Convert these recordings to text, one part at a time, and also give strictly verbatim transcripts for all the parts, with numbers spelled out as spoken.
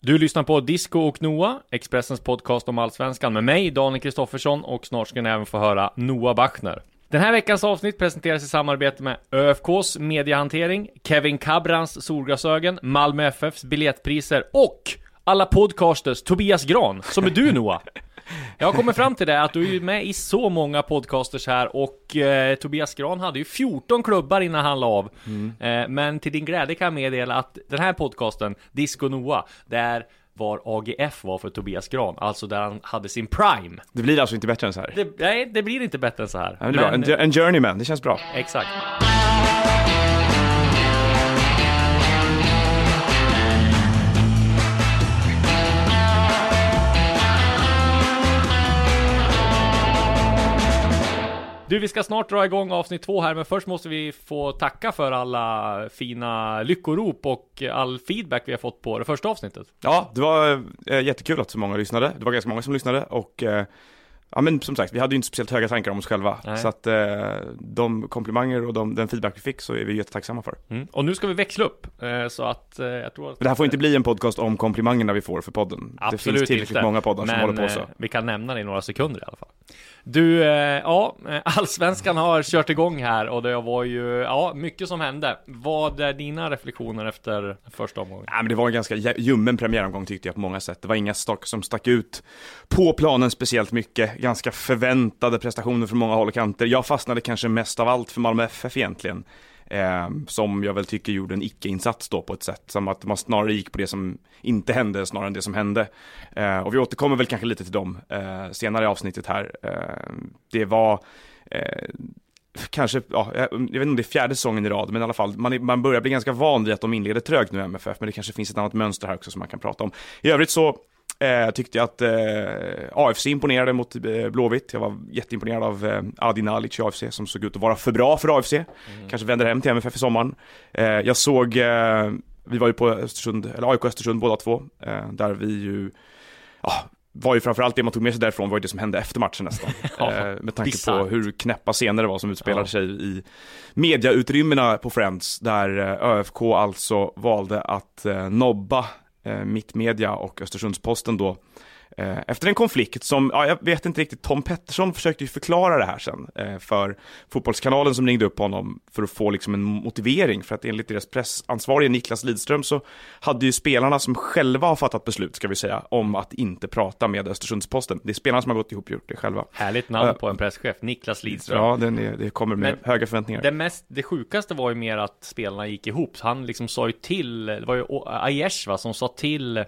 Du lyssnar på Disco och Noah, Expressens podcast om Allsvenskan med mig, Daniel Kristoffersson, och snart ska ni även få höra Noah Bachner. Den här veckans avsnitt presenteras i samarbete med ÖFKs mediehantering, Kevin Cabrans solglasögon, Malmö F F:s biljettpriser och alla podcasters Tobias Gran, som är du, Noah. Jag har kommit fram till det att du är med i så många podcasters här, och eh, Tobias Gran hade ju fjorton klubbar innan han la av. Mm. Eh, men till din glädje kan jag meddela att den här podcasten, Disco Noah, där var A G F var för Tobias Gran, alltså där han hade sin prime. Det blir alltså inte bättre än så här? Det, nej, det blir inte bättre än så här. Ja, det är men, bra. En, en journeyman, det känns bra. Exakt. Du, vi ska snart dra igång avsnitt två här, men först måste vi få tacka för alla fina lyckorop och all feedback vi har fått på det första avsnittet. Ja, det var äh, jättekul att så många lyssnade. Det var ganska många som lyssnade, och äh, ja, men som sagt, vi hade ju inte speciellt höga tankar om oss själva. Nej. Så att äh, de komplimanger och de, den feedback vi fick så är vi jättetacksamma för. Mm. Och nu ska vi växla upp, äh, så att äh, jag tror att... Men det här får inte bli en podcast om komplimangerna vi får för podden. Absolut, det finns tillräckligt inte många poddar men, som håller på så. Äh, vi kan nämna det i några sekunder i alla fall. Du, eh, ja, Allsvenskan har kört igång här, och det var ju ja, mycket som hände. Vad är dina reflektioner efter första omgången? Ja, men det var en ganska ljummen premiäromgång tyckte jag på många sätt. Det var inga stock som stack ut på planen speciellt mycket. Ganska förväntade prestationer från många håll och kanter. Jag fastnade kanske mest av allt för Malmö F F egentligen. Eh, som jag väl tycker gjorde en icke-insats då på ett sätt. Som att man snarare gick på det som inte hände snarare än det som hände. Eh, och vi återkommer väl kanske lite till dem eh, senare i avsnittet här. Eh, det var eh, kanske, ja, jag vet inte om det är fjärde säsongen i rad, men i alla fall, man, man börjar bli ganska van vid att de inleder trögt nu i M F F, men det kanske finns ett annat mönster här också som man kan prata om. I övrigt så Eh, tyckte jag att eh, A F C imponerade mot eh, Blåvitt. Jag var jätteimponerad av eh, Adi Nalic i A F C som såg ut att vara för bra för A F C. Mm. Kanske vänder hem till M F F i sommaren. Eh, jag såg, eh, vi var ju på Östersund, eller A I K Östersund båda två, eh, där vi ju ja, var ju framförallt det man tog med sig därifrån var ju det som hände efter matchen nästan. ja, eh, med tanke på hur knäppa scener det var som utspelade ja. sig i mediautrymmena på Friends, där eh, Ö F K alltså valde att eh, nobba Mittmedia och Östersundsposten då eh, efter en konflikt som, ja, jag vet inte riktigt, Tom Pettersson försökte ju förklara det här sen eh, för Fotbollskanalen som ringde upp honom för att få liksom en motivering, för att enligt deras pressansvarige Niklas Lidström så hade ju spelarna som själva har fattat beslut, ska vi säga, om att inte prata med Östersundsposten. Det är spelarna som har gått ihop och gjort det själva. Härligt namn uh, på en presschef, Niklas Lidström. Ja, den är, det kommer med Men höga förväntningar. Det, mest, det sjukaste var ju mer att spelarna gick ihop. Han liksom sa ju till, det var ju Aiesh va, som sa till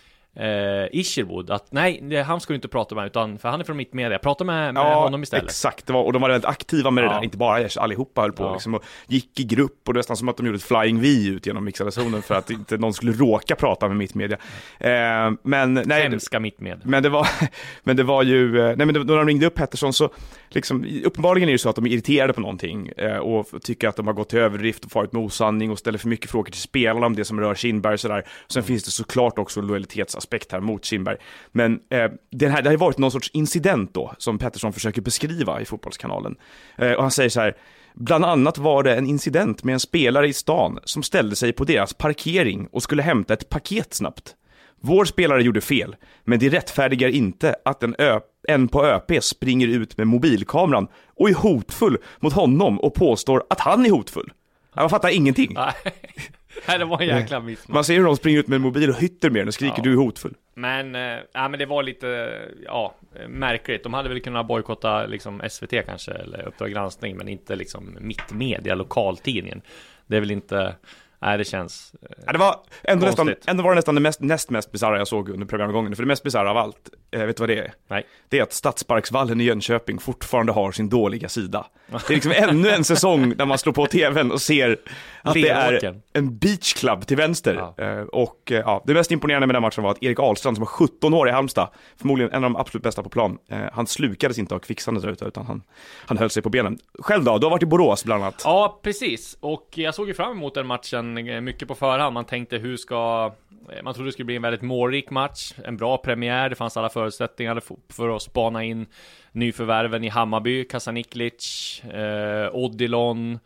Eh, Isherwood att nej, det, han skulle inte prata med, utan för han är från mitt media, prata med, med ja, honom istället. Exakt, det var, och de var väldigt aktiva med ja. det där, inte bara Aiesh, allihopa höll på ja. liksom, och gick i grupp, och det var nästan som att de gjorde ett flying V ut genom mixade zonen för att inte någon skulle råka prata med mitt media. Eh, men nej, Hemska mitt media. Men det var men det var ju nej, men det, när de ringde upp Pettersson så liksom, uppenbarligen är det så att de är irriterade på någonting eh, och tycker att de har gått till överdrift och farit med osanning och ställer för mycket frågor till spelarna om det som rör Kindberg och sådär. Sen mm. finns det såklart också en lojalitetsaspekt här mot Kindberg. Men eh, den här, det har ju varit någon sorts incident då som Pettersson försöker beskriva i Fotbollskanalen. Eh, och han säger så här: bland annat var det en incident med en spelare i stan som ställde sig på deras parkering och skulle hämta ett paket snabbt. Vår spelare gjorde fel, men det rättfärdigar inte att en, ö- en på Ö P springer ut med mobilkameran och är hotfull mot honom och påstår att han är hotfull. Jag fattar ingenting. Nej, det var en jäkla miss. Man ser hur de springer ut med en mobil och hytter med den och skriker ja. du är hotfull. Men, äh, ja, men det var lite ja, märkligt. De hade väl kunnat bojkotta liksom S V T kanske, eller Uppdrag granskning, men inte liksom Mittmedia, lokaltidningen. Det är väl inte... Nej, det känns eh, ja, det var ändå, nästan, ändå var det nästan det mest, näst mest bizarra jag såg under programgången. För det mest bizarra av allt, eh, vet du vad det är? Nej. Det är att Stadsparksvallen i Jönköping fortfarande har sin dåliga sida. Det är liksom ännu en säsong där man slår på tvn och ser att det är en beachclub till vänster. Ja. Eh, och eh, ja, det mest imponerande med den matchen var att Erik Ahlstrand som var sjutton år i Halmstad, förmodligen en av de absolut bästa på plan, eh, han slukades inte av kvicksandet där ute, utan han, han höll sig på benen. Själv då? Du har varit i Borås bland annat. Ja, precis. Och jag såg ju fram emot den matchen mycket på förhand. Man tänkte hur ska... Man trodde det skulle bli en väldigt målrik match. En bra premiär. Det fanns alla förutsättningar för att spana in nyförvärven i Hammarby. Kasaniklic, eh, Odilon,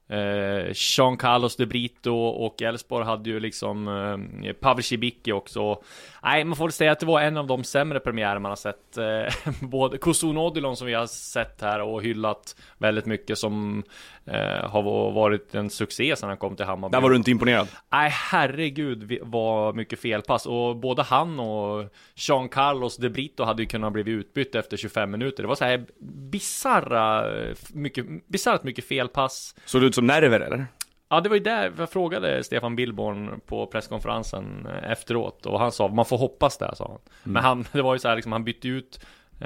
Eh, Jean Carlos de Brito och Elfsborg hade ju liksom eh, Pavel Cibicki också. Nej, man får väl säga att det var en av de sämre premiärer man har sett. Eh, både Kosun Odilon som vi har sett här och hyllat väldigt mycket, som eh, har varit en succé sedan han kom till Hammarby. Där var du inte imponerad? Nej, herregud vad mycket felpass. Och både han och Jean Carlos de Brito hade ju kunnat bli utbytt efter tjugofem minuter. Det var så här bizarra, mycket, bizarrt mycket felpass. Såg det ut som nerver eller? Ja, det var ju där jag frågade Stefan Billborn på presskonferensen efteråt, och han sa, man får hoppas det, sa han. Mm. Men han, det var ju så här liksom, han bytte ut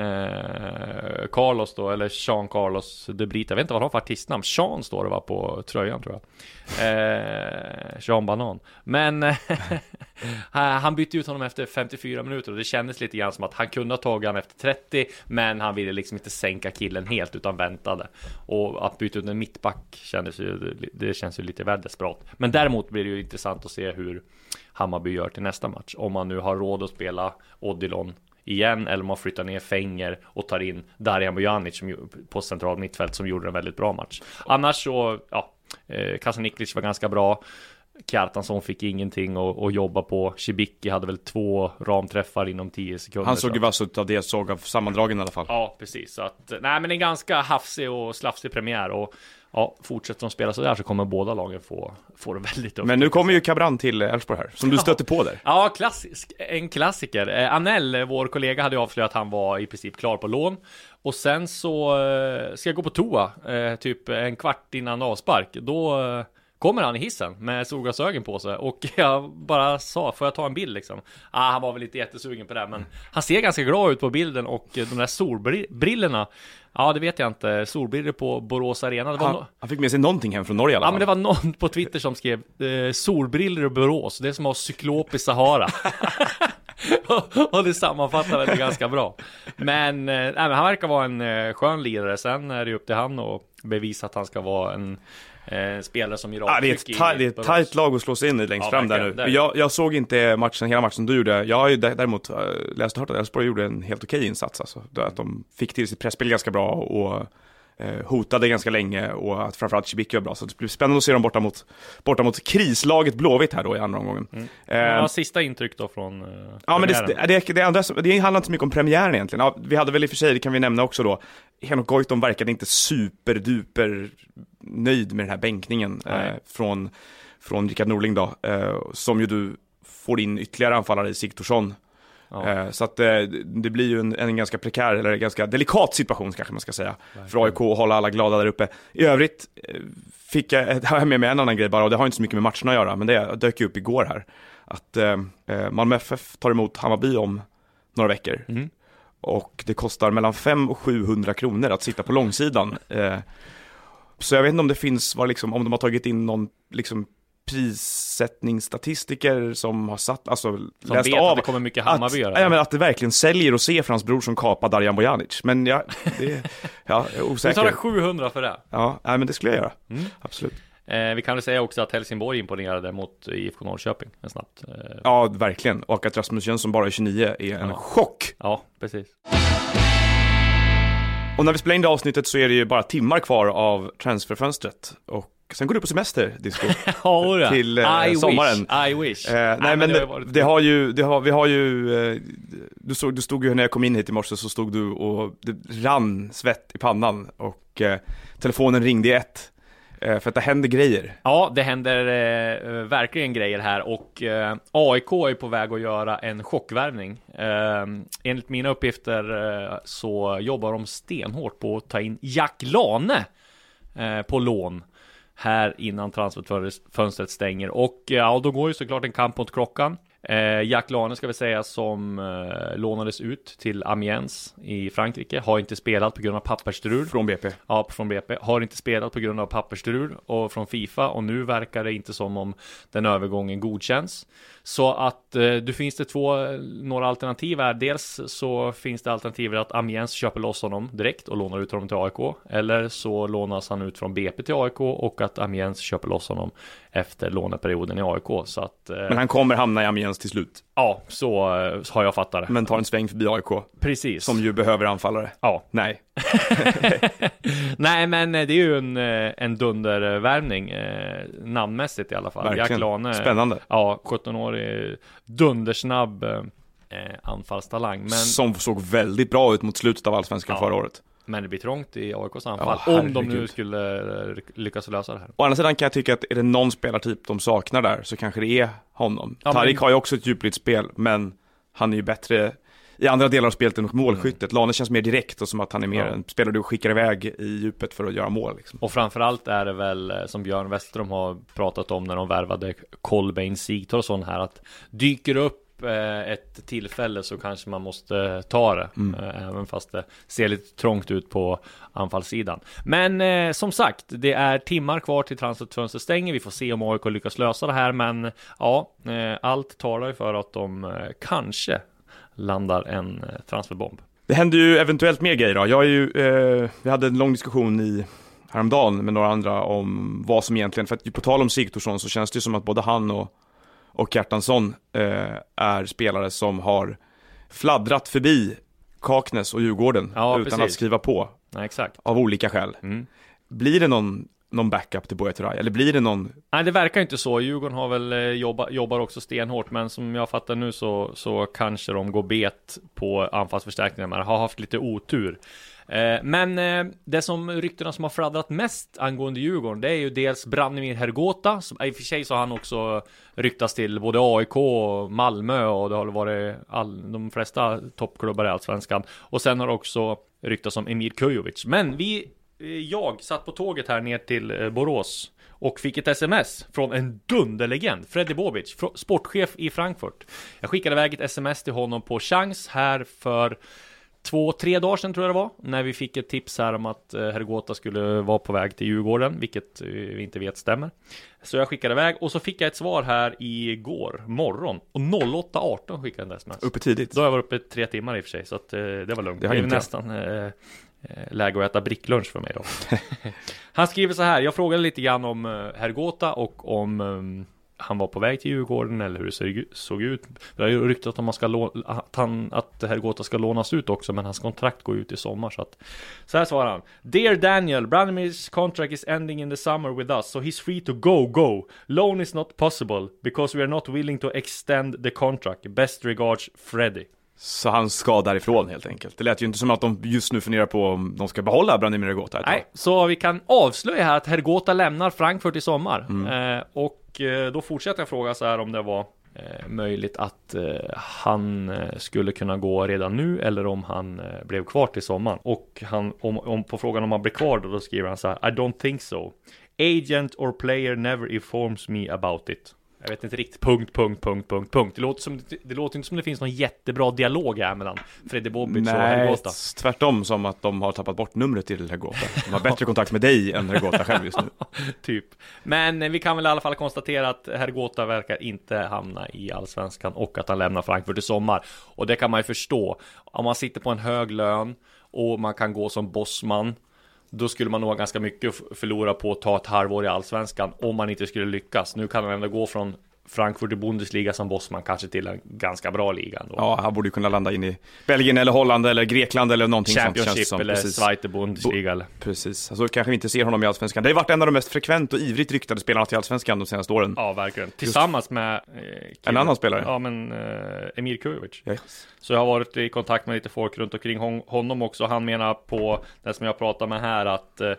eh, Carlos då, eller Jean Carlos de Brito, jag vet inte vad han har för artistnamn. Jean står det var på tröjan, tror jag. Eh, Jean Banan. Men han bytte ut honom efter femtiofyra minuter, och det kändes lite grann som att han kunde ha tagit han efter trettio, men han ville liksom inte sänka killen helt, utan väntade. Och att byta ut en mittback kändes ju, det känns ju lite väl desperat. Men däremot blir det ju intressant att se hur Hammarby gör till nästa match, om man nu har råd att spela Odilon igen, eller om man flyttar ner Fenger och tar in Darjan Bojanic som, på central mittfält, som gjorde en väldigt bra match. Annars så, ja, eh, Kasaniklic var ganska bra. Kjartansson fick ingenting att, att jobba på. Cibicki hade väl två ramträffar inom tio sekunder. Han såg ju vass ut av det jag såg av sammandragen i alla fall. Ja, precis. Så att, nej, men en ganska hafsig och slafsig premiär. Och ja, fortsätter de spela så där så kommer båda lagen få, få det väldigt upp. Men nu kommer ju Cabran till Elfsborg här, som du stötte på där. Ja, klassisk, en klassiker. Eh, Anel, vår kollega, hade ju avslöjat att han var i princip klar på lån. Och sen så eh, ska jag gå på toa, eh, typ en kvart innan avspark. Då eh, kommer han i hissen med solglasögon på sig, och jag bara sa, får jag ta en bild liksom? Ah, han var väl inte jättesugen på det, men han ser ganska glad ut på bilden, och de där solbrillorna, ja, det vet jag inte, solbrillor på Borås Arena. Det var han, no- han fick med sig någonting hem från Norge i alla fall. Ja, men det var någon på Twitter som skrev eh, solbrillor i Borås, det är som att ha cyklop i Sahara. Och det sammanfattar väl det ganska bra. Men, eh, nej, men han verkar vara en eh, skön lirare. Sen är det upp till han att bevisa att han ska vara en eh, spelare som gör ja, det är ett, ta- det är ett tajt lag att slå sig in i längst ja, fram där nu. Där. Jag, jag såg inte matchen, hela matchen du gjorde. Jag har ju däremot läst och hört att Elfsborg gjorde en helt okej insats. Alltså. Att de fick till sitt pressspel ganska bra och eh, hotade ganska länge, och att framförallt Cibicki var bra. Så det blir spännande att se dem borta mot, borta mot krislaget Blåvitt här då i andra omgången. Mm. Eh, ja, sista intryck då från eh, ja, men det, det, det, andra, det handlar inte så mycket om premiären egentligen. Ja, vi hade väl i och för sig, det kan vi nämna också då, Henok Goitom verkade inte superduper nöjd med den här bänkningen eh, från, från Rickard Norling då, eh, som ju du får in ytterligare anfallare i Sigthorsson. Ja. Eh, så att eh, det blir ju en, en ganska prekär, eller ganska delikat situation kanske man ska säga, verkligen, för A I K att hålla alla glada där uppe. I övrigt eh, fick jag, har jag med mig en annan grej bara, och det har inte så mycket med matcherna att göra, men det dök ju upp igår här, att eh, Malmö F F tar emot Hammarby om några veckor. Mm. Och det kostar mellan fem och sjuhundra kronor att sitta på långsidan. Eh, så jag vet inte om det finns, var liksom, om de har tagit in någon liksom prissättningsstatistiker som har satt, alltså som läst vet av att det kommer mycket Hammarby göra. Ja, men att det verkligen säljer att se för hans bror som kapar Darjan Bojanic. Men ja, det, ja, jag är osäker. Du tar sjuhundra för det? Ja, nej, men det skulle jag göra. Mm. Absolut. Eh, vi kan väl säga också att Helsingborg imponerade mot I F K Norrköping en snabbt. Eh. Ja, verkligen. Och att Rasmus Jönsson bara är tjugonio är en ja. chock. Ja, precis. Och när vi spelar in det avsnittet så är det ju bara timmar kvar av transferfönstret. Och sen går du på semester, Disco. Ja, till eh, I sommaren. Wish. I wish. Eh, nej, nej, men det, det, det har ju, det har, vi har ju, eh, du, såg, du stod ju när jag kom in hit i morse, så stod du och det rann svett i pannan. Och eh, telefonen ringde i ett. För att det händer grejer. Ja, det händer eh, verkligen grejer här. Och eh, A I K är på väg att göra en chockvärvning. eh, Enligt mina uppgifter eh, så jobbar de stenhårt på att ta in Jack Lane eh, på lån här innan transferfönstret stänger. Och ja, då går ju såklart en kamp mot klockan. Eh, Jack Lane ska vi säga, som eh, lånades ut till Amiens i Frankrike, har inte spelat på grund av pappersstrul från B P. Ja, från B P. Har inte spelat på grund av pappersstrul och från FIFA, och nu verkar det inte som om den övergången godkänns. Så att eh, du finns det två några alternativ här. Dels så finns det alternativet att Amiens köper loss honom direkt och lånar ut honom till A I K, eller så lånas han ut från B P till A I K och att Amiens köper loss honom efter låneperioden i A I K. Så att, eh, men han kommer hamna i Amiens ens till slut. Ja, så, eh, så har jag fattat det. Men tar en sväng förbi A I K. Precis. Som ju behöver anfallare. Ja. Nej. Nej, men det är ju en, en dundervärvning eh, namnmässigt i alla fall. Verkligen. Jack Lane, Spännande. Ja, sjutton-årig dundersnabb eh, anfallstalang. Men, som såg väldigt bra ut mot slutet av Allsvenskan ja. förra året. Men det blir trångt i A I K:s anfall, Ja, om de nu herregud. skulle lyckas lösa det här. Å andra sidan kan jag tycka att är det någon spelartyp de saknar där så kanske det är honom. Ja, Tarik men... har ju också ett djupligt spel, men han är ju bättre i andra delar av spelet än målskyttet. Mm. Lane känns mer direkt och som att han är mer ja. en spelare du skickar iväg i djupet för att göra mål. Liksom. Och framförallt är det väl, som Björn Westerholm har pratat om när de värvade Kolbeinn Sigthorsson här, att dyker upp ett tillfälle så kanske man måste ta det, mm. även fast det ser lite trångt ut på anfallssidan. Men eh, som sagt, det är timmar kvar till transferfönstret stänger. Vi får se om A I K lyckas lösa det här, men ja, eh, allt talar ju för att de eh, kanske landar en eh, transferbomb. Det händer ju eventuellt mer grejer då. Jag är ju, eh, vi hade en lång diskussion i häromdagen med några andra om vad som egentligen, för att på tal om Sigthorsson så känns det ju som att både han och och Kjartansson eh, är spelare som har fladdrat förbi Kaknäs och Djurgården ja, utan precis. att skriva på. Ja, exakt. Av olika skäl. Mm. Blir det någon, någon backup till Buya Turay? Eller blir det någon... Nej, det verkar inte så. Djurgården har väl eh, jobba, jobbar också stenhårt, men som jag fattar nu så, så kanske de går bet på anfallsförstärkningar, men har haft lite otur. Men det som ryktena som har fladdrat mest angående Djurgården, det är ju dels Branimir Hergota, som i och för sig så har han också ryktats till både A I K och Malmö, och det har varit all, de flesta toppklubbar i Allsvenskan. Och sen har det också ryktats om Emir Kujovic. Men vi, jag satt på tåget här ner till Borås och fick ett sms från en dunderlegend, Freddy Bobic, sportchef i Frankfurt. Jag skickade iväg ett sms till honom på chans här för Två, tre dagar sedan tror jag det var, när vi fick ett tips här om att Hergota skulle vara på väg till Djurgården, vilket vi inte vet stämmer. Så jag skickade iväg och så fick jag ett svar här igår morgon, och åtta arton skickade jag ett sms. Uppe tidigt. Då har jag varit uppe tre timmar i och för sig, så att, det var lugnt. Det, det är nästan eh, läge att äta bricklunch för mig då. Han skriver så här: jag frågade lite grann om Hergota och om... Um, han var på väg till Djurgården eller hur det såg ut. Det har ju ryktat att man ska lå- att, han, att Hergota ska lånas ut också, men hans kontrakt går ut i sommar. Så, att, så här svarar han: Dear Daniel, Branimir's contract is ending in the summer with us, so he's free to go, go. Loan is not possible because we are not willing to extend the contract. Best regards, Freddy. Så han ska därifrån helt enkelt. Det lät ju inte som att de just nu funderar på om de ska behålla Branimir Hergota. Nej, så vi kan avslöja här att Hergota lämnar Frankfurt i sommar. Mm. Eh, och då fortsätter jag fråga så här om det var eh, möjligt att eh, han eh, skulle kunna gå redan nu, eller om han eh, blev kvar till sommaren. Och han, om, om, på frågan om han blir kvar då, då skriver han så här: I don't think so. Agent or player never informs me about it. Jag vet inte riktigt, punkt, punkt, punkt, punkt, punkt. Det låter, som, det låter inte som det finns någon jättebra dialog här mellan Freddy Bobic och Hergota. Nej, tvärtom, som att de har tappat bort numret till Hergota. De har bättre kontakt med dig än Hergota själv just nu. Typ. Men vi kan väl i alla fall konstatera att Hergota verkar inte hamna i Allsvenskan och att han lämnar Frankfurt i sommar. Och det kan man ju förstå. Om man sitter på en hög lön och man kan gå som bossman, då skulle man nog ha ganska mycket förlora på att ta ett halvår i Allsvenskan om man inte skulle lyckas. Nu kan han ändå gå från Frankfurt i Bundesliga som bossman kanske till en ganska bra liga ändå. Ja, han borde ju kunna landa in i Belgien eller Holland eller Grekland eller någonting sånt. Championship som, eller precis. Zweite Bundesliga. eller. Precis, alltså kanske vi inte ser honom i Allsvenskan. Det har varit en av de mest frekvent och ivrigt ryktade spelarna till Allsvenskan de senaste åren. Ja, verkligen. Tillsammans med eh, en annan spelare. Ja, men eh, Emir Kujovic. Yes. Så jag har varit i kontakt med lite folk runt omkring hon- honom också. Han menar på det som jag pratar med här att eh,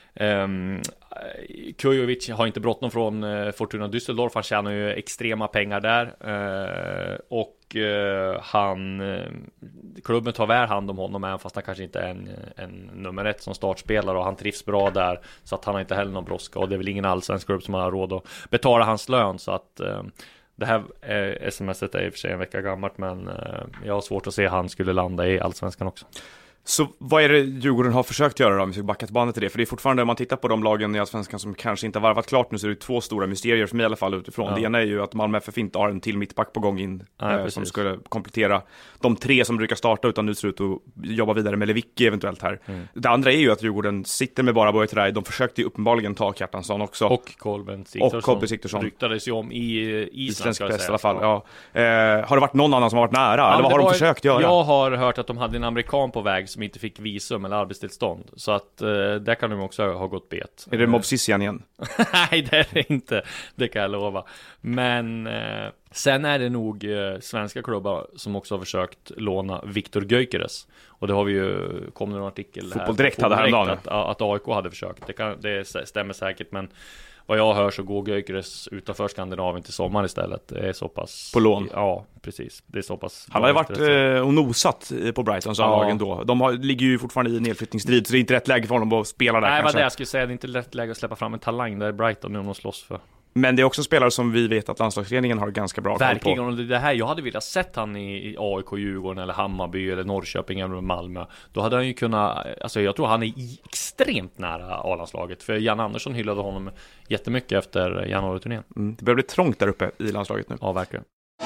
Um, Kujovic har inte bråttom från uh, Fortuna Düsseldorf. Han tjänar ju extrema pengar där, uh, och uh, han uh, klubben tar väl hand om honom, även fast han kanske inte är en, en nummer ett som startspelare, och han trivs bra där, så att han har inte heller någon brådska, och det är väl ingen allsvensk klubb som har råd att betala hans lön. Så att uh, det här uh, smset är i och för sig en vecka gammalt, men uh, jag har svårt att se att han skulle landa i Allsvenskan också. Så vad är det Djurgården har försökt göra då, om vi ska backa tillbaka till det? För det är fortfarande, om man tittar på de lagen i Allsvenskan som kanske inte har varvat klart nu, så är det två stora mysterier för mig i alla fall utifrån. Ja. Det ena är ju att Malmö F F inte har en till mittback på gång in ja, eh, som skulle komplettera de tre som brukar starta, utan nu ser ut att jobba vidare med Lewicki eventuellt här. Mm. Det andra är ju att Djurgården sitter med bara Borg Teray. De försökte ju uppenbarligen ta Kjartansson också. Och Kolben Sigthorsson. Och Kolben Sigthorsson. Ryktades ju om i Island, ska jag säga. I alla fall, ja. Ja. Eh, har det varit någon annan som har varit nära? Ja, eller vad har de försökt göra? Jag har hört att de hade en amerikan på väg som inte fick visum eller arbetstillstånd. Så att eh, där kan de också ha gått bet. Är det Mob Sissian igen? Nej, det är det inte. Det kan jag lova. Men eh, sen är det nog eh, svenska klubbar som också har försökt låna Viktor Gyökeres. Och det har vi ju, kom det en artikel Fotboll Direkt hade häromdagen att, att A I K hade försökt. Det, kan, det stämmer säkert, men vad jag hör så går Gyökeres utanför Skandinavien till sommar istället. Det är så pass... På lån? Ja, precis. Det är så pass... Han har ju varit eh, och nosat på Brightons ja. Lagen då. De har, ligger ju fortfarande i nedflyttningsstrid, så det är inte rätt läge för honom att spela där. Nej, kanske. vad det jag skulle säga. Det är inte rätt läge att släppa fram en talang där Brighton nu om de slåss för. Men det är också spelare som vi vet att landslagsledningen har ganska bra koll på. Verkligen, och det här, jag hade velat sett han i A I K, Djurgården eller Hammarby eller Norrköping eller Malmö. Då hade han ju kunnat, alltså jag tror han är extremt nära A-landslaget. För Jan Andersson hyllade honom jättemycket efter januari-turnén. Mm, det börjar bli trångt där uppe i landslaget nu. Ja, verkligen.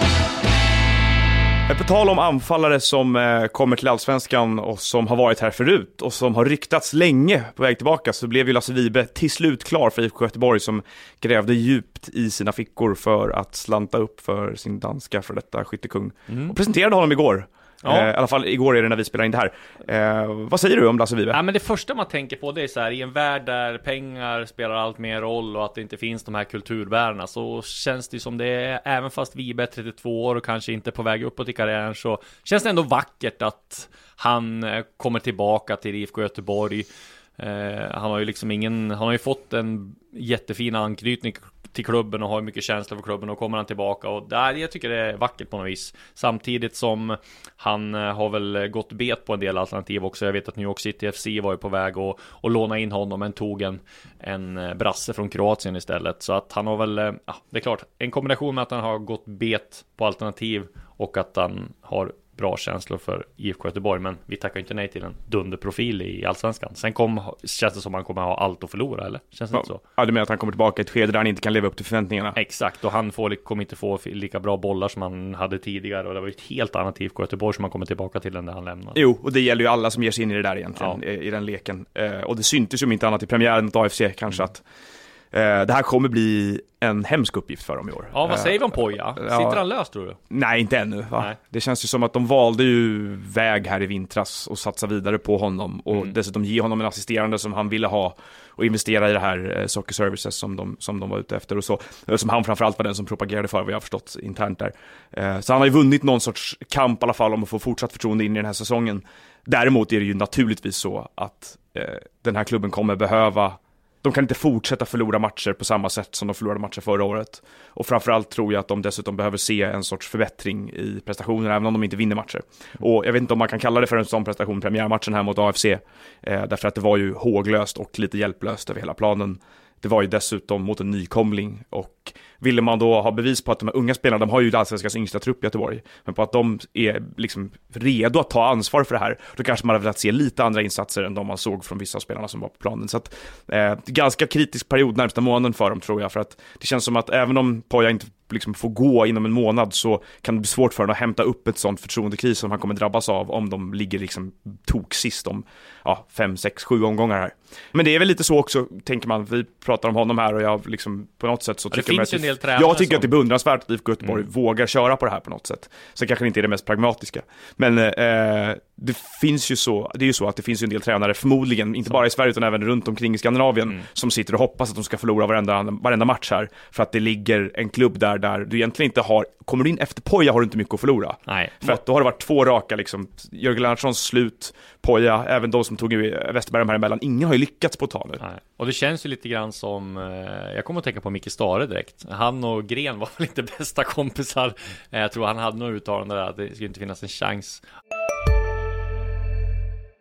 På tal om anfallare som eh, kommer till Allsvenskan och som har varit här förut och som har ryktats länge på väg tillbaka, så blev ju Lasse Vibe till slut klar för I F K Göteborg, som grävde djupt i sina fickor för att slanta upp för sin danska för detta skyttekung. Mm. Och presenterade honom igår. Ja. Eh, I alla fall igår är det när vi spelar in det här. Eh, vad säger du om Lasse Vibe? Ja, men det första man tänker på, det är så här, i en värld där pengar spelar allt mer roll och att det inte finns de här kulturbärarna, så känns det som det är, även fast Vibe är trettiotvå år och kanske inte på väg uppåt i karriären, så känns det ändå vackert att han kommer tillbaka till I F K Göteborg. Eh, han har ju liksom ingen, han har ju fått en jättefin anknytning till klubben och har mycket känsla för klubben, och kommer han tillbaka, och där, jag tycker det är vackert på något vis, samtidigt som han har väl gått bet på en del alternativ också. Jag vet att New York City F C var ju på väg att, att låna in honom, men tog en, en brasse från Kroatien istället, så att han har väl, ja, det är klart, en kombination med att han har gått bet på alternativ och att han har bra känslor för I F K Göteborg, men vi tackar inte nej till en dunderprofil i Allsvenskan. Sen kom, känns det som att han kommer ha allt att förlora, eller? Känns det ja, inte så? Ja, du menar att han kommer tillbaka i ett skede där han inte kan leva upp till förväntningarna? Exakt, och han får, kommer inte få lika bra bollar som han hade tidigare, och det var ett helt annat I F K Göteborg som han kommer tillbaka till än det han lämnade. Jo, och det gäller ju alla som ger sig in i det där egentligen, ja. i, i den leken. Eh, och det syntes ju om inte annat i premiären mot A F C kanske, mm. att eh, det här kommer bli en hemsk uppgift för dem i år. Ja, vad säger vi om Poja? Sitter ja. han löst, tror du? Nej, inte ännu. Va? Nej. Det känns ju som att de valde ju väg här i vintras och satsa vidare på honom, och mm. dessutom ge honom en assisterande som han ville ha och investera i det här eh, Soccer Services som de, som de var ute efter, och så, som han framförallt var den som propagerade för, vad jag har förstått internt där. Eh, så han har ju vunnit någon sorts kamp i alla fall om att få fortsatt förtroende in i den här säsongen. Däremot är det ju naturligtvis så att eh, den här klubben kommer behöva, de kan inte fortsätta förlora matcher på samma sätt som de förlorade matcher förra året. Och framförallt tror jag att de dessutom behöver se en sorts förbättring i prestationen, även om de inte vinner matcher. Och jag vet inte om man kan kalla det för en sån prestation, premiärmatchen här mot A F C. Eh, därför att det var ju håglöst och lite hjälplöst över hela planen. Det var ju dessutom mot en nykomling, och ville man då ha bevis på att de här unga spelarna, de har ju Allsvenskans yngsta trupp i Göteborg, men på att de är liksom redo att ta ansvar för det här, då kanske man hade velat se lite andra insatser än de man såg från vissa av spelarna som var på planen. Så att, eh, ganska kritisk period närmsta månaden för dem, tror jag, för att det känns som att även om Poja inte liksom får gå inom en månad, så kan det bli svårt för dem att hämta upp ett sånt förtroendekris som han kommer drabbas av om de ligger liksom tok sist om ja, fem, sex, sju omgångar här. Men det är väl lite så också, tänker man. Vi pratar om honom här, och jag liksom på något sätt så ja, tycker jag att det, jag tycker som... att det är beundransvärt att I F K Göteborg mm. vågar köra på det här på något sätt. Så kanske det inte är det mest pragmatiska. Men eh, det finns ju så, det är ju så att det finns ju en del tränare, förmodligen inte så. bara i Sverige utan även runt omkring i Skandinavien, mm. som sitter och hoppas att de ska förlora varenda, varenda match här, för att det ligger en klubb där där du egentligen inte har, kommer du in efter Poja har du inte mycket att förlora. Nej. För att då har det varit två raka liksom, Jörgen Lennartssons slut, Poja, även de som tog i Westerberg här emellan, ingen har ju lyckats på tal. Nej. Och det känns ju lite grann som, eh, jag kommer att tänka på Micke Stare direkt. Han och Gren var väl inte bästa kompisar. Eh, jag tror han hade nog uttalande där att det skulle inte finnas en chans.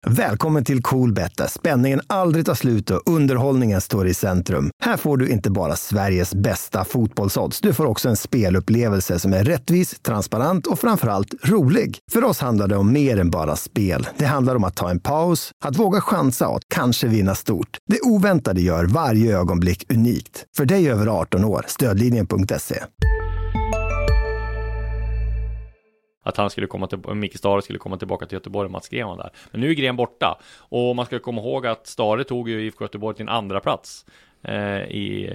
Välkommen till Coolbet där spänningen aldrig tar slut och underhållningen står i centrum. Här får du inte bara Sveriges bästa fotbollsodds. Du får också en spelupplevelse som är rättvis, transparent och framförallt rolig. För oss handlar det om mer än bara spel. Det handlar om att ta en paus, att våga chansa och att kanske vinna stort. Det oväntade gör varje ögonblick unikt. För dig över arton år, stödlinjen punkt se. Att han skulle komma till, Micke Stare skulle komma tillbaka till Göteborg och Mats Gren var där. Men nu är Gren borta. Och man ska komma ihåg att Stare tog ju I F K Göteborg till en andra plats eh, i,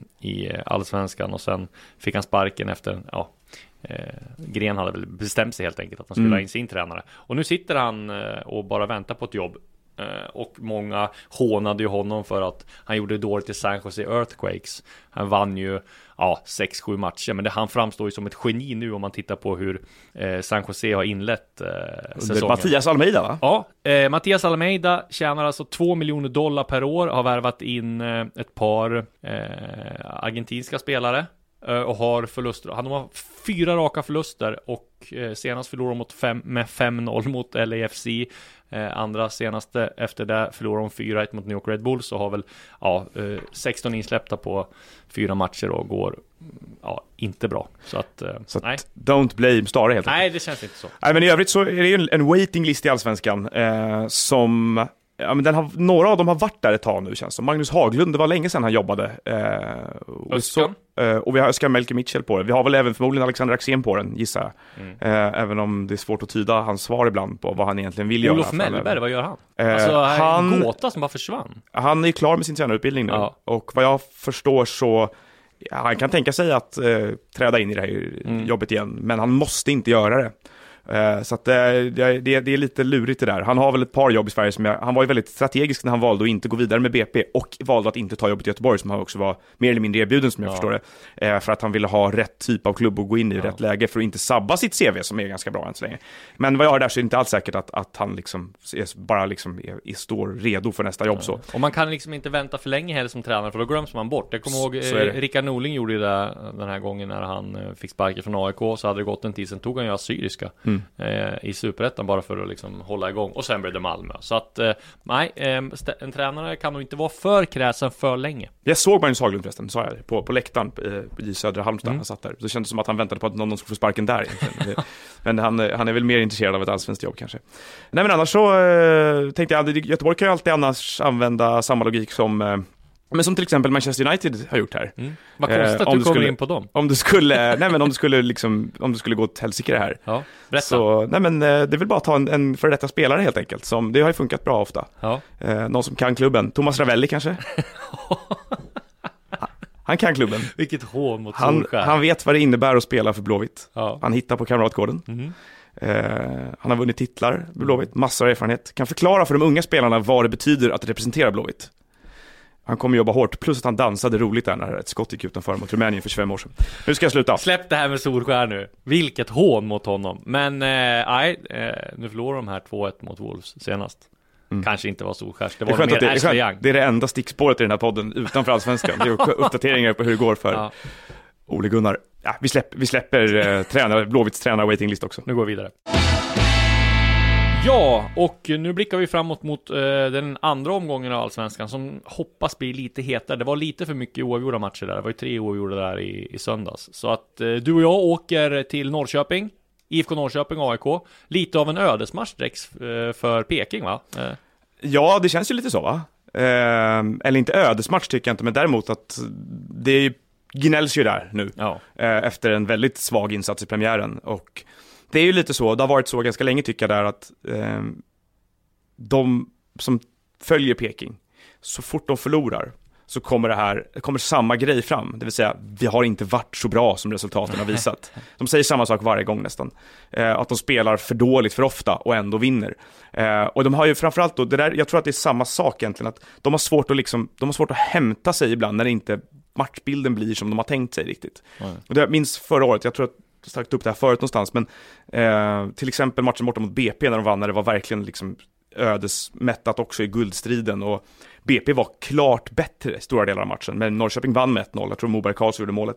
i Allsvenskan. Och sen fick han sparken efter, ja, eh, Gren hade väl bestämt sig helt enkelt att han skulle mm. ha in sin tränare. Och nu sitter han eh, och bara väntar på ett jobb. Och många hånade ju honom för att han gjorde det dåligt i San Jose Earthquakes. Han vann ju ja, sex sju matcher, men det, han framstår ju som ett geni nu om man tittar på hur eh, San Jose har inlett eh, säsongen. Mattias Almeida, va? Ja, eh, Mattias Almeida tjänar alltså två miljoner dollar per år, har värvat in eh, ett par eh, argentinska spelare eh, och har förluster. Han har fyra raka förluster och eh, senast förlorade de mot fem, med fem noll mot L A F C. Eh, andra senaste efter det förlorar de fyra ett mot New York Red Bulls och har väl ja, eh, sexton insläppta på fyra matcher och går ja, inte bra. Så att, eh, så att nej. Don't blame Stare helt enkelt. Nej, det känns inte så. Nej, men i övrigt så är det ju en waiting list i Allsvenskan eh, som... Ja, men den har, några av dem har varit där ett tag nu känns som. Magnus Haglund, det var länge sedan han jobbade. Eh, och, så, eh, och vi har Öskar Melker Mitchell på det. Vi har väl även förmodligen Alexander Axén på den, gissar jag. Mm. Eh, även om det är svårt att tyda hans svar ibland på vad han egentligen vill göra. Olof Mellberg, vad gör han? Eh, alltså, han en gåta som bara försvann. Han är klar med sin tränarutbildning nu. Ja. Och vad jag förstår så... Ja, han kan tänka sig att eh, träda in i det här mm. jobbet igen. Men han måste inte göra det. Så att det, det, det är lite lurigt det där. Han har väl ett par jobb i Sverige som jag, han var ju väldigt strategisk när han valde att inte gå vidare med B P och valde att inte ta jobbet i Göteborg som han också var mer eller mindre erbjuden som jag ja. förstår det. För att han ville ha rätt typ av klubb och gå in i ja. rätt läge för att inte sabba sitt C V som är ganska bra än så länge. Men vad jag har där så är det inte alls säkert att, att han liksom är, bara liksom är, är, står redo för nästa jobb. Ja. Så. Och man kan liksom inte vänta för länge heller som tränare för då glöms man bort. Jag kommer ihåg eh, Rickard Norling gjorde ju det den här gången när han fick sparken från A I K, så hade det gått en tid, sen tog han ju assyriska mm. eh, i Superettan bara för att liksom hålla igång och sen blev det Malmö. Så att eh, nej, eh, en tränare kan nog inte vara för kräsen för länge. Jag såg Magnus Haglund förresten, sa jag, på, på läktaren eh, i södra Halmstad. Mm. Han satt där. Det kändes som att han väntade på att någon skulle få sparken där egentligen. Men han, han är väl mer intresserad av ett allsvenskt jobb kanske. Nej, men annars så eh, tänkte jag, Göteborg kan ju alltid annars använda samma logik som eh, men som till exempel Manchester United har gjort här. Mm. Vad kostar eh, att du kommer in på dem? Om du skulle, nej men om du skulle liksom, om du skulle gå till helsike det här. Ja, berätta. Så, nej men det är väl bara att ta en, en för detta spelare helt enkelt. Som, det har ju funkat bra ofta. Ja. Eh, någon som kan klubben. Thomas Ravelli kanske? Han kan klubben. Vilket hån mot han, Solskär. Han vet vad det innebär att spela för Blåvitt. Ja. Han hittar på Kamratgården. Mm. Eh, han har vunnit titlar för Blåvitt. Massor av erfarenhet. Kan förklara för de unga spelarna vad det betyder att representera Blåvitt. Han kommer jobba hårt, plus att han dansade roligt där när ett skott gick utanför mot Rumänien för tjugofem år sedan. Nu ska jag sluta. Släpp det här med Solskär nu. Vilket hån mot honom. Men nej, eh, eh, nu förlorar de här två ett mot Wolves senast. Mm. Kanske inte var Solskärs. Det var det, mer det, det, det är det enda stickspåret i den här podden utanför Allsvenskan. Det är uppdateringar på hur det går för ja. Ole Gunnar. Ja, vi släpper, vi släpper eh, tränare, Blåvitts tränare waiting list också. Nu går vi vidare. Ja, och nu blickar vi framåt mot eh, den andra omgången av Allsvenskan som hoppas bli lite hetare. Det var lite för mycket oavgjorda matcher där. Det var ju tre oavgjorda där i, i söndags. Så att eh, du och jag åker till Norrköping, I F K Norrköping, A I K. Lite av en ödesmatch eh, för Peking, va? Eh. Ja, det känns ju lite så, va? Eh, eller inte ödesmatch tycker jag inte, men däremot att det är ju, gnälls ju där nu. Ja. Eh, efter en väldigt svag insats i premiären. Och det är ju lite så, det har varit så ganska länge tycker jag där att eh, de som följer Peking, så fort de förlorar så kommer det här, kommer samma grej fram. Det vill säga, vi har inte varit så bra som resultaten har visat. De säger samma sak varje gång nästan. Eh, att de spelar för dåligt för ofta och ändå vinner. Eh, och de har ju framförallt då, det där, jag tror att det är samma sak egentligen, att de har svårt att liksom, de har svårt att hämta sig ibland när det inte matchbilden blir som de har tänkt sig riktigt. Mm. Och det minns förra året, jag tror att jag sagt upp det här förut någonstans, men eh, till exempel matchen borta mot B P när de vann, när det var verkligen liksom ödesmättat också i guldstriden, och B P var klart bättre i stora delar av matchen, men Norrköping vann med ett noll. Jag tror Moberg Karlsson gjorde målet.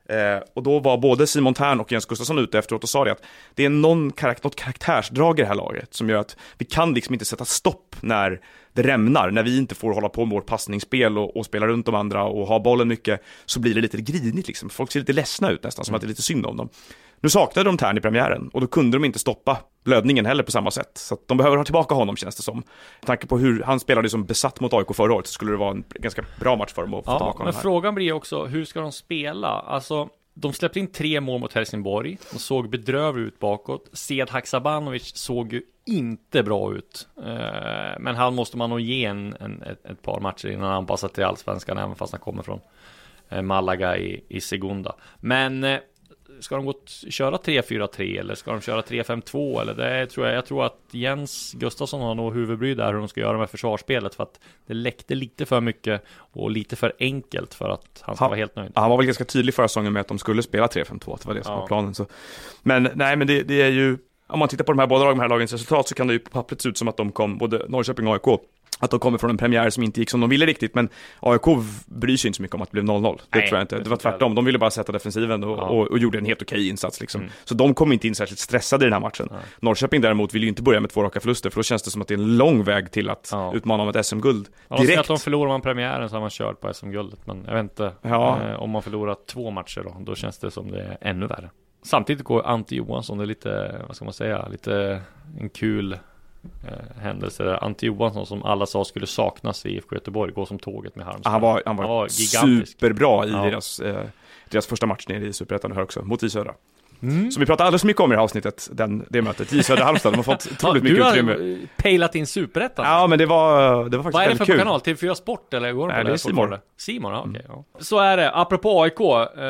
Eh, och då var både Simon Tern och Jens Gustafsson ute efteråt och sa det att det är någon karak- något karaktärsdrag i det här laget som gör att vi kan liksom inte sätta stopp när det rämnar, när vi inte får hålla på med vårt passningsspel och, och spela runt de andra och ha bollen mycket, så blir det lite grinigt liksom. Folk ser lite ledsna ut nästan, som mm. att det är lite synd om dem. Nu saknade de Tern i premiären och då kunde de inte stoppa blödningen heller på samma sätt. Så att de behöver ha tillbaka honom, känns det som. Med tanke på hur han spelade som besatt mot A I K förra året så skulle det vara en ganska bra match för dem att få ja, tillbaka honom men här. Frågan blir också, hur ska de spela? Alltså, de släppte in tre mål mot Helsingborg. De såg bedrövlig ut bakåt. Sead Haksabanovic såg ju inte bra ut. Men han måste man nog ge en, en, ett, ett par matcher innan han anpassar till allsvenskan, även fast han kommer från Malaga i, i Segunda. Men ska de gå t- köra tre fyra tre eller ska de köra tre fem två eller det tror jag jag tror att Jens Gustafsson har nog huvudbry där hur de ska göra med försvarsspelet, för att det läckte lite för mycket och lite för enkelt för att han ska han, vara helt nöjd. Han var väl ganska tydlig förra säsongen med att de skulle spela tre fem två, det var det som ja. var planen så. Men nej, men det, det är ju, om man tittar på de här båda de här lagens resultat så kan det ju på pappret se ut som att de kom, både Norrköping och A I K, att de kommer från en premiär som inte gick som de ville riktigt, men A I K bryr sig inte så mycket om att det blev noll noll. Det Nej, tror jag inte. Det var tvärtom. De ville bara sätta defensiven och, ja. och, och gjorde en helt okej insats liksom. Mm. Så de kom inte in särskilt stressade i den här matchen. Nej. Norrköping däremot vill ju inte börja med två raka förluster, för då känns det som att det är en lång väg till att ja. utmana om ett S M-guld ja, direkt. Att de förlorar man premiären så har man kört på S M-guldet, men jag vet inte ja. eh, om man förlorar två matcher då, då känns det som det är ännu värre. Samtidigt går Ante Johansson, det är lite, vad ska man säga, lite en kul eh, händelse där. Ante Johansson, som alla sa skulle saknas i I F K Göteborg, går som tåget med Halmstad. Han var, han var, han var superbra i ja. deras, eh, deras första match nere i Superettan här också, mot I Södra. Mm. Så vi pratar alldeles mycket om i det här avsnittet, den, det mötet I Södra Halmstad. De har fått otroligt mycket utrymme. Du har pejlat in Superettan. Ja, men det var, det var faktiskt Vad är det för kul. kanal? T V fyra Sport eller går de på Nej, det? det är Simon. Simon, ja, okej. Okay, ja. Så är det. Apropå A I K, eh,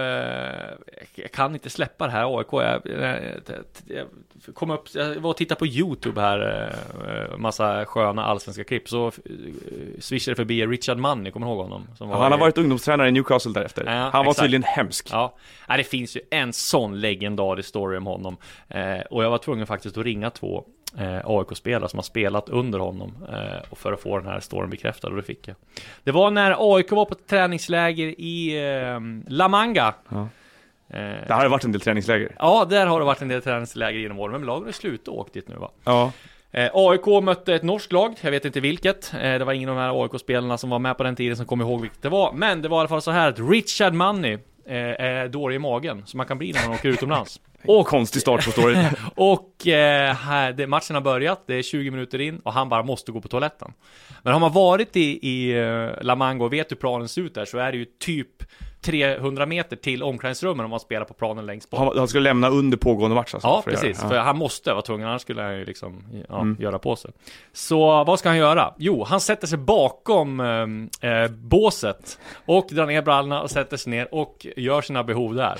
jag kan inte släppa det här A I K. Jag, jag, jag kom upp, jag var och tittade på YouTube här, eh, massa sköna allsvenska klipp. Så eh, swishade förbi Richard Money, kommer ihåg honom? Som var ja, han har i, varit ungdomstränare i Newcastle därefter. Ja, han var exakt. tydligen hemsk. Ja, ja, det finns ju en sån legendarisk story om honom. Eh, och jag var tvungen faktiskt att ringa två eh, A I K-spelare som har spelat under honom eh, och för att få den här storyn bekräftad, och det fick jag. Det var när A I K var på ett träningsläger i eh, La Manga. Ja. Eh, det har varit en del träningsläger. Ja, där har det varit en del träningsläger genom åren, men laget har slutat och åkt dit nu, va? Ja. Eh, A I K mötte ett norskt lag, jag vet inte vilket. Eh, det var ingen av de här A I K-spelarna som var med på den tiden som kom ihåg vilket det var. Men det var i alla fall så här att Richard Money eh, är dålig i magen, så man kan bli när man åker utomlands. Och konstig start på storyn. Och eh, här, det, matchen har börjat, det är tjugo minuter in och han bara måste gå på toaletten. Men har man varit i, i uh, La Manga och vet hur planen ser ut där, så är det ju typ trehundra meter till omklädningsrummen om man spelar på planen längst bort. Han, han skulle lämna under pågående match alltså, ja, för precis. Ja. För han måste vara tvungen, annars skulle han ju liksom ja, mm. göra på sig. Så vad ska han göra? Jo, han sätter sig bakom äh, båset och drar ner brallorna och sätter sig ner och gör sina behov där.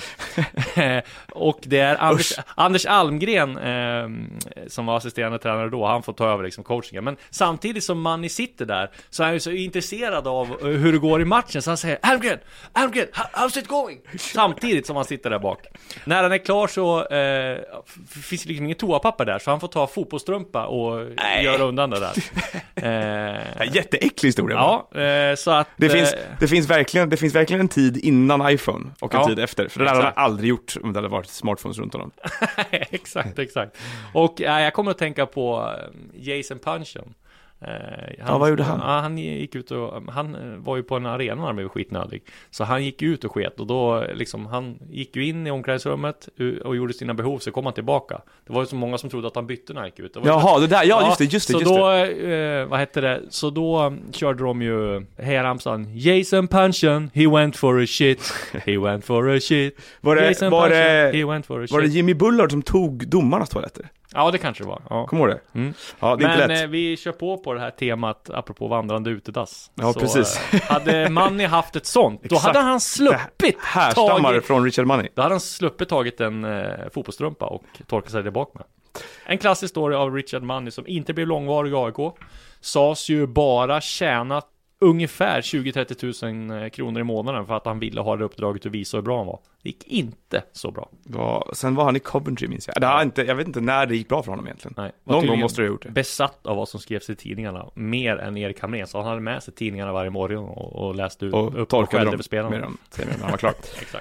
Och det är Anders, Anders Almgren äh, som var assisterande tränare då, han får ta över liksom coachingen. Men samtidigt som Manny sitter där så är han ju så intresserad av hur det går i matchen, så han säger Almgren, Almgren, how's it going? Samtidigt som han sitter där bak. När han är klar så eh, finns det liksom ingen toapapper där, så han får ta fotbollstrumpa och Nej. göra undan det där. eh, Jätteäcklig historia. Ja, eh, så att det finns, eh, det finns verkligen det finns verkligen en tid innan iPhone och en ja, tid efter. För det där har han aldrig gjort om det hade varit smartphones runt honom. Exakt, exakt. Och eh, jag kommer att tänka på Jason Puncham. Uh, han, ja, vad gjorde han? Ja, han gick ut och han var ju på en arena när han blev skitnödig. Så han gick ut och sket, och då liksom, han gick ju in i omklädningsrummet och gjorde sina behov, så kom han tillbaka. Det var ju så många som trodde att han bytte när han gick ut. Det var Jaha, det där, ja, ja just det, just det. Så just då, det. Uh, vad hette det? Så då körde de ju Heramsan, Jason Punchen, he went for a shit. He went for a shit. Var det, Jason var Punchen, det, he went for a var det shit. Jimmy Bullard som tog domarnas toaletter? Ja, det kanske det var. Ja. Kommer du det? Mm. Ja, det är Men inte lätt. Eh, vi kör på på det här temat apropå vandrande utedass. Ja, så, precis. Eh, hade Manny haft ett sånt, då hade han sluppit härstammar tagit, från Richard Money. Då hade han sluppit tagit en eh, fotbollstrumpa och torkat sig där bak med. En klassisk story av Richard Money som inte blev långvarig i A I K. Sades ju bara tjänat ungefär tjugo till trettio tusen kronor i månaden för att han ville ha det uppdraget och visa hur bra han var. Det gick inte så bra. Ja, sen var han i Coventry, minns jag. Det har inte, jag vet inte när det gick bra för honom egentligen. Nej. Någon gång måste det ha gjort det. Besatt av vad som skrevs i tidningarna, mer än Erik Hamrén. Så han hade med sig tidningarna varje morgon och, och läste ut och upp torkade och skällde på spelarna. Med dem, med dem, han var klar. Exakt.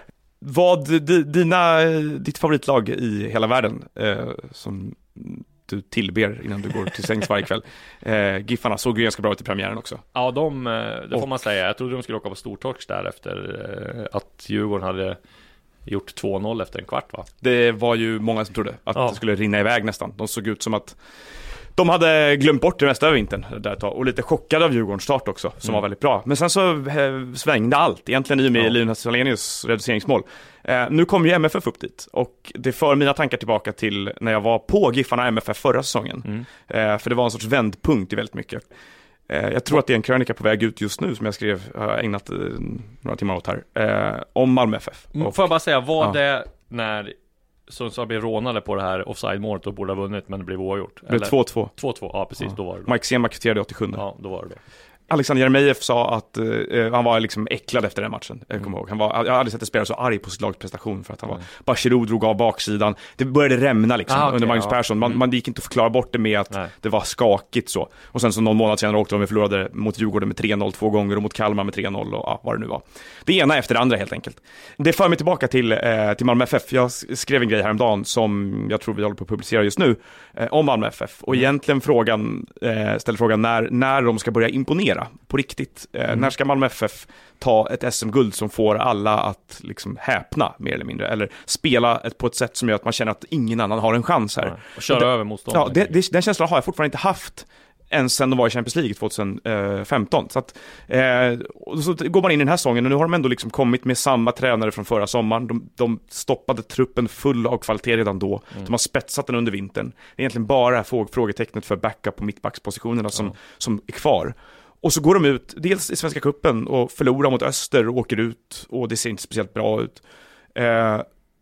vad di, dina, ditt favoritlag i hela världen eh, som du tillber innan du går till sängs varje kväll. Eh, Giffarna såg ju ganska bra ut i premiären också. Ja, de, det får och, man säga. Jag trodde de skulle åka på stortorsk där efter eh, att Djurgården hade gjort två noll efter en kvart, va? Det var ju många som trodde att ja. det skulle rinna iväg nästan. De såg ut som att de hade glömt bort det mesta över vintern där ett tag, och lite chockade av Djurgårdens start också, som mm. var väldigt bra. Men sen så eh, svängde allt, egentligen i och med ja. Linus Salenius reduceringsmål. Eh, nu kom ju M F F upp dit, och det för mina tankar tillbaka till när jag var på Giffarna M F F förra säsongen. Mm. Eh, för det var en sorts vändpunkt i väldigt mycket. Eh, jag tror att det är en krönika på väg ut just nu som jag skrev, har ägnat eh, några timmar åt här, eh, om Malmö F F. Och, får jag bara säga, var ja. det när Sundsvall blev rånade på det här offside-målet och borde ha vunnit, men det blev oavgjort? Det blev två två. två två, ja precis, ja. Då var det då. Mike Sema kvitterade åttiosju. Ja, då var det då. Alexander Jeremejeff sa att uh, han var liksom äcklad efter den matchen. Jag kommer mm. ihåg. Han var, jag hade aldrig sett en spelare så arg på sitt lags prestation, för att han mm. var Bachirou drog av baksidan. Det började rämna liksom ah, okay, under Magnus ja. Persson. Man, mm. man gick inte att förklara bort det med att Nej. det var skakigt så. Och sen så någon månad senare åkte de och förlorade mot Djurgården med tre noll två gånger och mot Kalmar med tre noll och ja, vad det nu var. Det ena efter det andra helt enkelt. Det för mig tillbaka till, eh, till Malmö F F. Jag skrev en grej häromdagen som jag tror vi håller på att publicera just nu eh, om Malmö F F. Och egentligen frågan, eh, ställer frågan när, när de ska börja imponera på riktigt. Mm. När ska Malmö F F ta ett S M-guld som får alla att liksom häpna mer eller mindre, eller spela ett, på ett sätt som gör att man känner att ingen annan har en chans här. Ja, och köra och det, över motståndaren. Ja, det, det, den känslan har jag fortfarande inte haft än sen de var i Champions League tjugohundrafemton. Så, att, eh, så går man in i den här säsongen och nu har de ändå liksom kommit med samma tränare från förra sommaren. De, de stoppade truppen full av kvalitet redan då. Mm. De har spetsat den under vintern. Det är egentligen bara frågetecknet för backup på mittbackspositionerna som, mm. som är kvar. Och så går de ut, dels i Svenska cupen och förlorar mot Öster och åker ut, och det ser inte speciellt bra ut. Eh,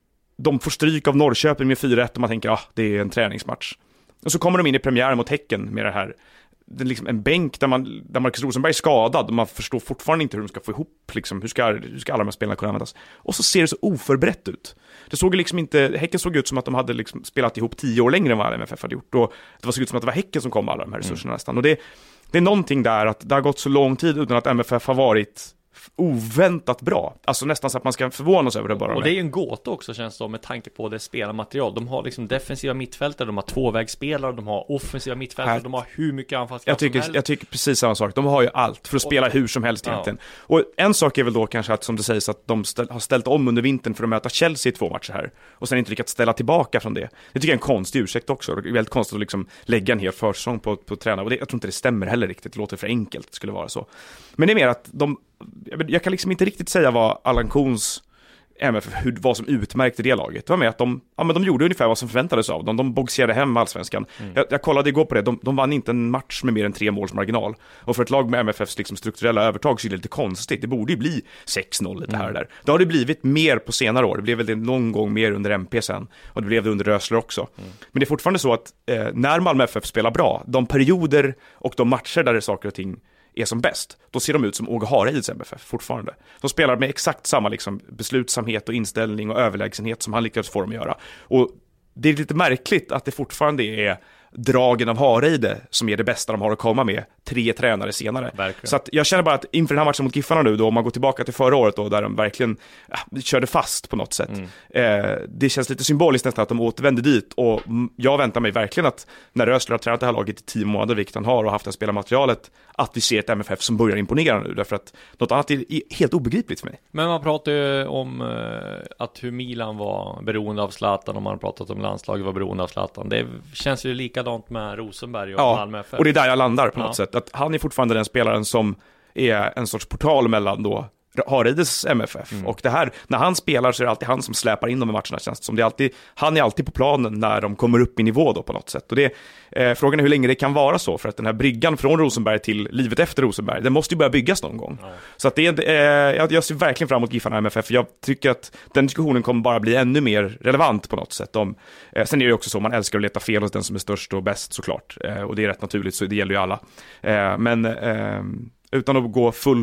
de får stryk av Norrköping med fyra ett och man tänker, ah, det är en träningsmatch. Och så kommer de in i premiären mot Häcken med det här, det är liksom en bänk där, man, där Marcus Rosenberg är skadad och man förstår fortfarande inte hur de ska få ihop, liksom, hur, ska, hur ska alla de här spelarna kunna användas. Och så ser det så oförberett ut. Det såg liksom inte, Häcken såg ut som att de hade liksom spelat ihop tio år längre än vad M F F hade gjort. Och det såg ut som att det var Häcken som kom med alla de här resurserna mm. nästan. Och det Det är någonting där att det har gått så lång tid utan att M F F har varit oväntat bra. Alltså nästan så att man ska förvånas över det bara. Och det är ju en gåta också, känns det, med tanke på det spelarmaterial. De har liksom defensiva mittfältare, de har tvåvägsspelare, de har offensiva mittfältare, här, de har hur mycket anfallskraft som helst. Jag tycker precis samma sak. De har ju allt för att spela hur som helst egentligen. Ja. Och en sak är väl då kanske att, som det sägs, att de ställ, har ställt om under vintern för att möta Chelsea i två matcher här. Och sen inte lyckats ställa tillbaka från det. Det tycker jag är en konstig ursäkt också. Det är väldigt konstigt att liksom lägga en hel försäsong på, på tränare. Och det, jag tror inte det stämmer heller riktigt. Det låter för enkelt, det skulle vara så. Men det är mer att de jag kan liksom inte riktigt säga vad Allan Kohns M F F, hur, vad som utmärkte det laget. Det var med att de, ja, men de gjorde ungefär vad som förväntades av dem. De boxerade hem allsvenskan. Mm. Jag, jag kollade igår på det. De, de vann inte en match med mer än tre måls marginal. Och för ett lag med M F Fs liksom strukturella övertag så är det lite konstigt. Det borde ju bli sex noll lite här och där. Det har det blivit mer på senare år. Det blev väl det någon gång mer under M P sen. Och det blev det under Rösler också. Mm. Men det är fortfarande så att eh, när Malmö F F spelar bra, de perioder och de matcher där det är saker och ting är som bäst, då ser de ut som Åge Hareids M F F fortfarande. De spelar med exakt samma liksom, beslutsamhet och inställning och överlägsenhet som han lyckades få dem att göra. Och det är lite märkligt att det fortfarande är dragen av Hareide som är det bästa de har att komma med tre tränare senare. Verkligen. Så att jag känner bara att inför den här matchen mot Giffarna nu då, om man går tillbaka till förra året då, där de verkligen ja, körde fast på något sätt. Mm. Eh, det känns lite symboliskt nästan att de återvände dit, och jag väntar mig verkligen att när Rösler har tränat det här laget i tio månader, vilket han har, och haft det här spelarmaterialet, att vi ser ett M F F som börjar imponera nu, därför att något annat är helt obegripligt för mig. Men man pratar ju om eh, att hur Milan var beroende av Zlatan, och man har pratat om landslaget var beroende av Zlatan. Det känns ju likadant med Rosenberg och ja, Malmö F F. Och det är där jag landar på något ja. sätt. Att han är fortfarande den spelaren som är en sorts portal mellan då Hareides M F F. Mm. Och det här, när han spelar så är det alltid han som släpar in dem i matcherna, känns det som. Det är alltid, han är alltid på planen när de kommer upp i nivå då på något sätt. Och det, eh, frågan är hur länge det kan vara så, för att den här bryggan från Rosenberg till livet efter Rosenberg, den måste ju börja byggas någon gång. Mm. Så att det är, eh, jag, jag ser verkligen fram emot Giffarna M F F. Jag tycker att den diskussionen kommer bara bli ännu mer relevant på något sätt. De, eh, sen är det också så, man älskar att leta fel hos den som är störst och bäst såklart. Eh, och det är rätt naturligt, så det gäller ju alla. Eh, men eh, utan att gå full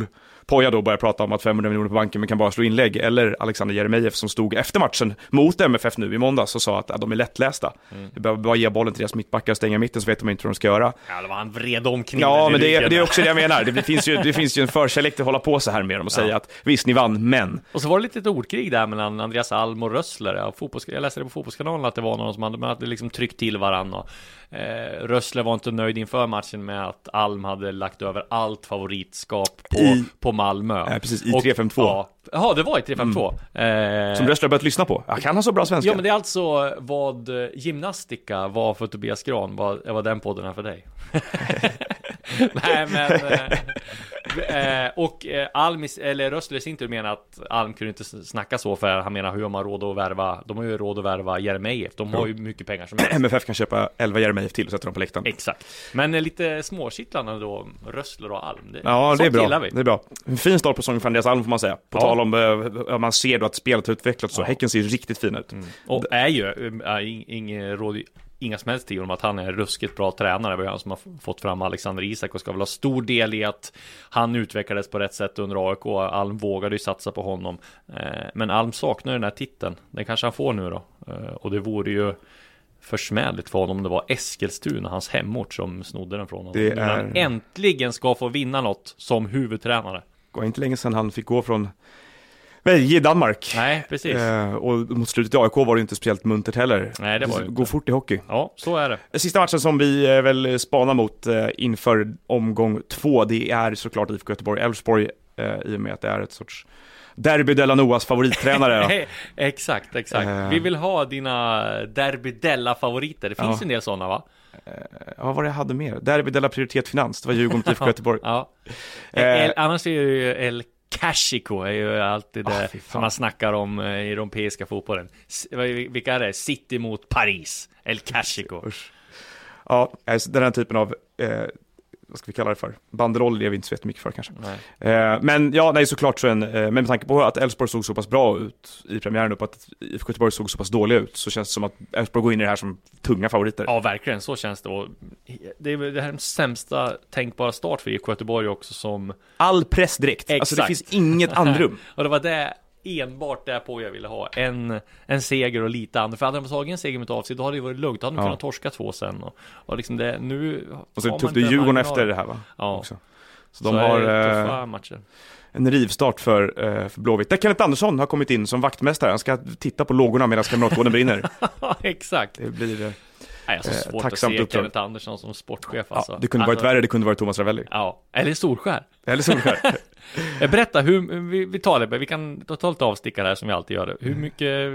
Poja då börjar prata om att femhundra miljoner på banken men kan bara slå inlägg, eller Alexander Jeremejeff som stod efter matchen mot M F F nu i måndags och sa att ja, de är lättlästa. Mm. Vi behöver bara ge bollen till deras mittbackar och stänga mitten så vet de inte hur de ska göra. Ja, det var en vred om kniven. Ja, men det är, det är också det jag menar. Det finns ju, det finns ju en förkärlek till att hålla på så här med dem och ja. säga att visst, ni vann, men... Och så var det lite ett ordkrig där mellan Andreas Alm och Rössler. Ja, fotbolls... Jag läste det på Fotbollskanalen att det var någon som hade, men att det liksom tryckt till varann och eh, Rössler var inte nöjd inför matchen med att Alm hade lagt över allt favoritskap på, I... på Malmö. Ja, precis, i tre fem två. Ja, ja, det var i tre fem två. Mm. Eh... Som Rössler börjat lyssna på. Jag kan ha så bra svenska. Ja, men det är alltså vad gymnastika var för Tobias Gran. Vad var den podden här för dig? Nej, men... Eh, och eh, Alm, eller Rössler sin tur menar att Alm kunde inte snacka så, för han menar hur har man råd att värva, de har ju råd att värva Jeremejeff, de har ju mycket pengar som M F F kan köpa elva Jeremejeff till och sätta dem på läktaren. Exakt, men eh, lite småkittlande då, Rössler och Alm det, ja, det är bra, det är bra. En fin start på säsongen för Andreas Alm får man säga. På ja. tal om, eh, man ser då att spelet har utvecklats så, ja. Häcken ser riktigt fin ut. Mm. Och är ju, äh, ingen råd inga som helst till om att han är ruskigt bra tränare. Det var han som har fått fram Alexander Isak och ska väl ha stor del i att han utvecklades på rätt sätt under A I K. Alm vågade ju satsa på honom. Men Alm saknar den här titeln. Den kanske han får nu då. Och det vore ju försmädligt för honom om det var Eskilstuna, hans hemort, som snodde den från honom. Det är... han äntligen ska få vinna något som huvudtränare. Det var inte länge sedan han fick gå från i Danmark. Nej, precis. Eh, och mot slutet i A I K var det inte speciellt muntert heller. Nej, det var det. Går fort i hockey. Ja, så är det. Sista matchen som vi eh, väl spanar mot eh, inför omgång två, det är såklart I F K Göteborg-Elfsborg eh, i och med att det är ett sorts Derby Della Noas favorittränare. Exakt, exakt. Eh. Vi vill ha dina Derby Della-favoriter. Det finns ja. en del sådana, va? Ja, vad var det jag hade mer? Derby Della Prioritet Finans. Det var Djurgården mot I F K Göteborg. Ja. Eh. El, annars är det ju El Clasico är ju alltid det oh, som man snackar om i europeiska fotbollen. Vilka är det? City mot Paris. El Clasico. Usch. Ja, den här typen av eh, vad ska vi kalla det för? Banderoll är vi inte så mycket för kanske. Eh, men ja, nej såklart så en, eh, men med tanke på att Elfsborg såg så pass bra ut i premiären och på att I F K Göteborg såg så pass dåliga ut, så känns det som att Elfsborg går in i det här som tunga favoriter. Ja, verkligen, så känns det. Och det är det här den sämsta tänkbara start för I F K Göteborg också, som all press direkt. Exakt. Alltså det finns inget andrum. Och det var det enbart därpå jag ville ha en, en seger och lite andra. För hade de tagit en seger med ett avsikt, då hade det varit lugnt. Då hade de ja. kunnat torska två sen. Och, och liksom det, nu och så tog det Djurgården efter det här, va? Ja. Också. Så de så har tuffa matcher. En rivstart för, uh, för Blåvitt. Där Kenneth Andersson har kommit in som vaktmästare. Han ska titta på lågorna medan kamratgården brinner. Exakt. Det blir... Uh, Nej, alltså svårt att se uppdrag. Kenneth Andersson som sportchef alltså. Ja, det kunde alltså, varit värre, det kunde varit Thomas Ravelli. Ja, eller Solskär. Eller Solskär. Berätta, hur, vi, vi tar det, vi kan ta lite avstickare här som vi alltid gör. Hur mycket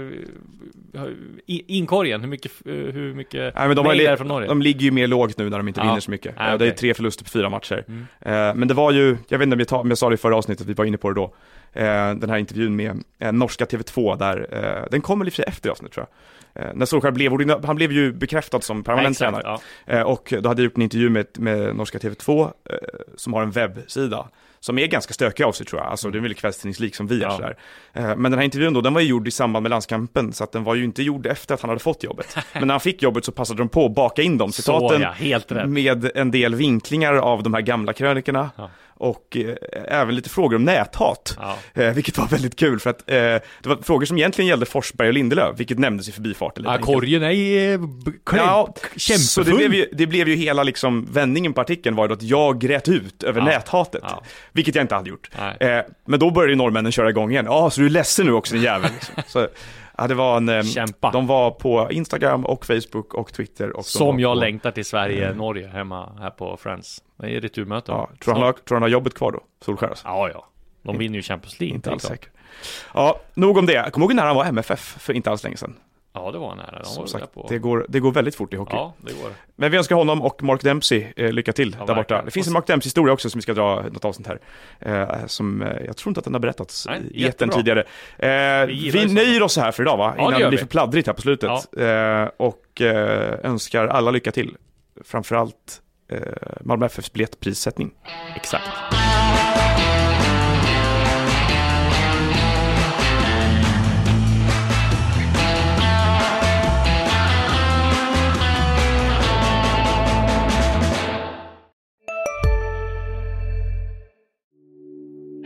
inkorgen, hur mycket hur mycket Nej, men de, har, från Norge? De ligger ju mer lågt nu när de inte ja. vinner så mycket. Nej, okay. Det är tre förluster på fyra matcher. Mm. Eh, men det var ju, jag vet inte om jag, ta, om jag sa det i förra avsnittet, vi var inne på det då. Eh, den här intervjun med eh, norska T V två där, eh, den kommer lite efter avsnitt tror jag. Eh, när Solskär blev, han blev ju bekräftad som permanent tränare. Ja. Eh, och då hade jag gjort en intervju med, med norska T V två eh, som har en webbsida som är ganska stökig av sig tror jag. Alltså det är väl kvällstidningslik som vi är ja. sådär. Eh, men den här intervjun då, den var ju gjord i samband med landskampen, så att den var ju inte gjord efter att han hade fått jobbet. Men när han fick jobbet så passade de på att baka in de citaten så, ja, helt rätt. Med en del vinklingar av de här gamla krönikorna. Ja. Och eh, även lite frågor om näthat, ja. eh, vilket var väldigt kul för att eh, det var frågor som egentligen gällde Forsberg och Lindelöf, vilket nämndes i förbifarten. Ja, korgen är ja, så det blev, ju, det blev ju hela liksom, vändningen på artikeln var ju att jag grät ut över ja. näthatet, ja. vilket jag inte hade gjort. Eh, men då började ju norrmännen köra igång igen. Ja, ah, så du är ledsen nu också, din jävel. Liksom. Så, ja, det var en, Kämpa. De var på Instagram och Facebook och Twitter. Och som jag på, längtar till Sverige, mm. Norge, hemma här på Friends. Det är returmöte. Ja, tror, han har, tror han har jobbet kvar då? Solskär alltså. Ja, ja. De vinner ju Champions League. Inte alls säker. Ja, nog om det. Kommer ihåg när han var M F F för inte alls länge sedan. Ja, det var nära. Som sagt, på... det, går, det går väldigt fort i hockey. Ja, det går. Men vi önskar honom och Mark Dempsey eh, lycka till ja, där borta. Det finns en Mark Dempsey-historia också som vi ska dra något avsnitt här. Eh, som, eh, jag tror inte att den har berättats Nej, i jätten tidigare. Eh, vi vi nöjer oss här för idag va? Ja, innan det blir för pladdrigt här på slutet. Ja. Eh, och eh, önskar alla lycka till. Framförallt eh, Malmö F F:s biljettprissättning. Exakt.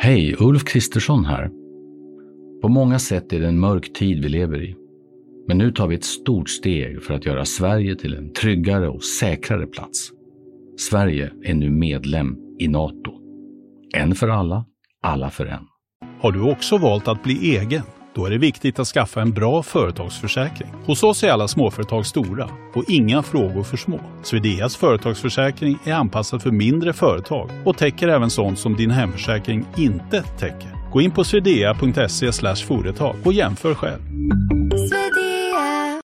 Hej, Ulf Kristersson här. På många sätt är det en mörk tid vi lever i. Men nu tar vi ett stort steg för att göra Sverige till en tryggare och säkrare plats. Sverige är nu medlem i NATO. En för alla, alla för en. Har du också valt att bli egen? Då är det viktigt att skaffa en bra företagsförsäkring. Hos oss är alla småföretag stora och inga frågor för små. Swedeas företagsförsäkring är anpassad för mindre företag och täcker även sånt som din hemförsäkring inte täcker. Gå in på swedea punkt se slash företag och jämför själv.